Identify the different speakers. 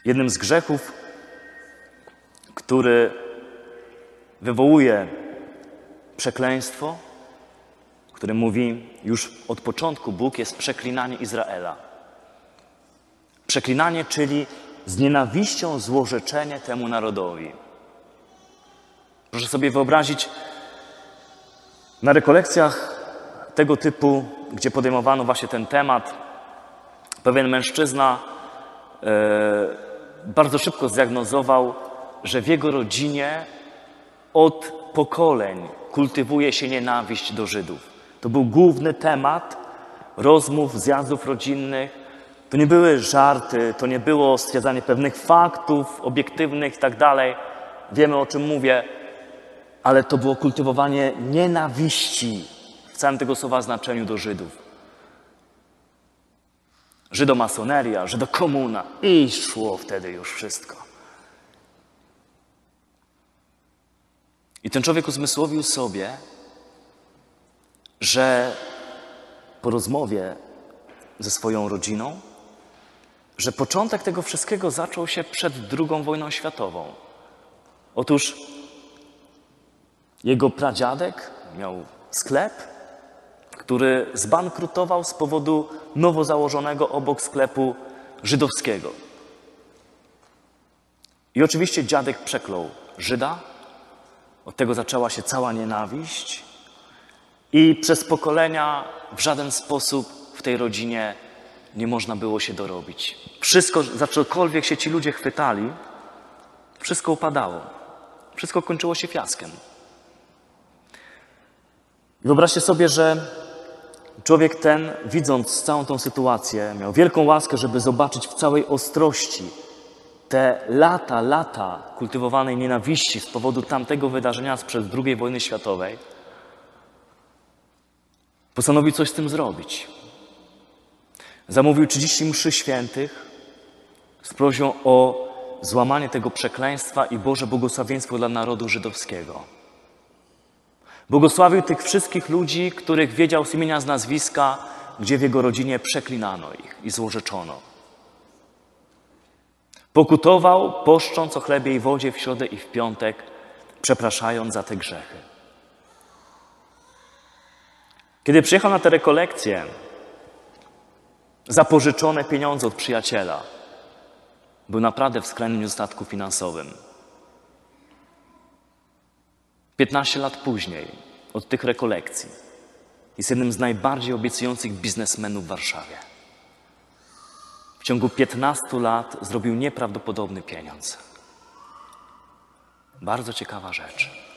Speaker 1: Jednym z grzechów, który wywołuje przekleństwo, który mówi już od początku Bóg, jest przeklinanie Izraela. Przeklinanie, czyli z nienawiścią złorzeczenie temu narodowi. Proszę sobie wyobrazić, na rekolekcjach tego typu, gdzie podejmowano właśnie ten temat, pewien mężczyzna bardzo szybko zdiagnozował, że w jego rodzinie od pokoleń kultywuje się nienawiść do Żydów. To był główny temat rozmów, zjazdów rodzinnych. To nie były żarty, to nie było stwierdzanie pewnych faktów obiektywnych i tak dalej. Wiemy, o czym mówię, ale to było kultywowanie nienawiści w całym tego słowa znaczeniu do Żydów. Żydomasoneria, żydokomuna i szło wtedy już wszystko. I ten człowiek uzmysłowił sobie, że po rozmowie ze swoją rodziną, że początek tego wszystkiego zaczął się przed II wojną światową. Otóż jego pradziadek miał sklep, który zbankrutował z powodu nowo założonego obok sklepu żydowskiego. I oczywiście dziadek przeklął Żyda, od tego zaczęła się cała nienawiść i przez pokolenia w żaden sposób w tej rodzinie nie można było się dorobić. Wszystko, za cokolwiek się ci ludzie chwytali, wszystko upadało. Wszystko kończyło się fiaskiem. Wyobraźcie sobie, że człowiek ten, widząc całą tą sytuację, miał wielką łaskę, żeby zobaczyć w całej ostrości te lata kultywowanej nienawiści z powodu tamtego wydarzenia sprzed II wojny światowej. Postanowił coś z tym zrobić. Zamówił 30 mszy świętych z prośbą o złamanie tego przekleństwa i Boże błogosławieństwo dla narodu żydowskiego. Błogosławił tych wszystkich ludzi, których wiedział z imienia, z nazwiska, gdzie w jego rodzinie przeklinano ich i złorzeczono. Pokutował, poszcząc o chlebie i wodzie w środę i w piątek, przepraszając za te grzechy. Kiedy przyjechał na te rekolekcje, zapożyczone pieniądze od przyjaciela, był naprawdę w skrajnym niedostatku finansowym. 15 lat później od tych rekolekcji jest jednym z najbardziej obiecujących biznesmenów w Warszawie. W ciągu 15 lat zrobił nieprawdopodobny pieniądz. Bardzo ciekawa rzecz.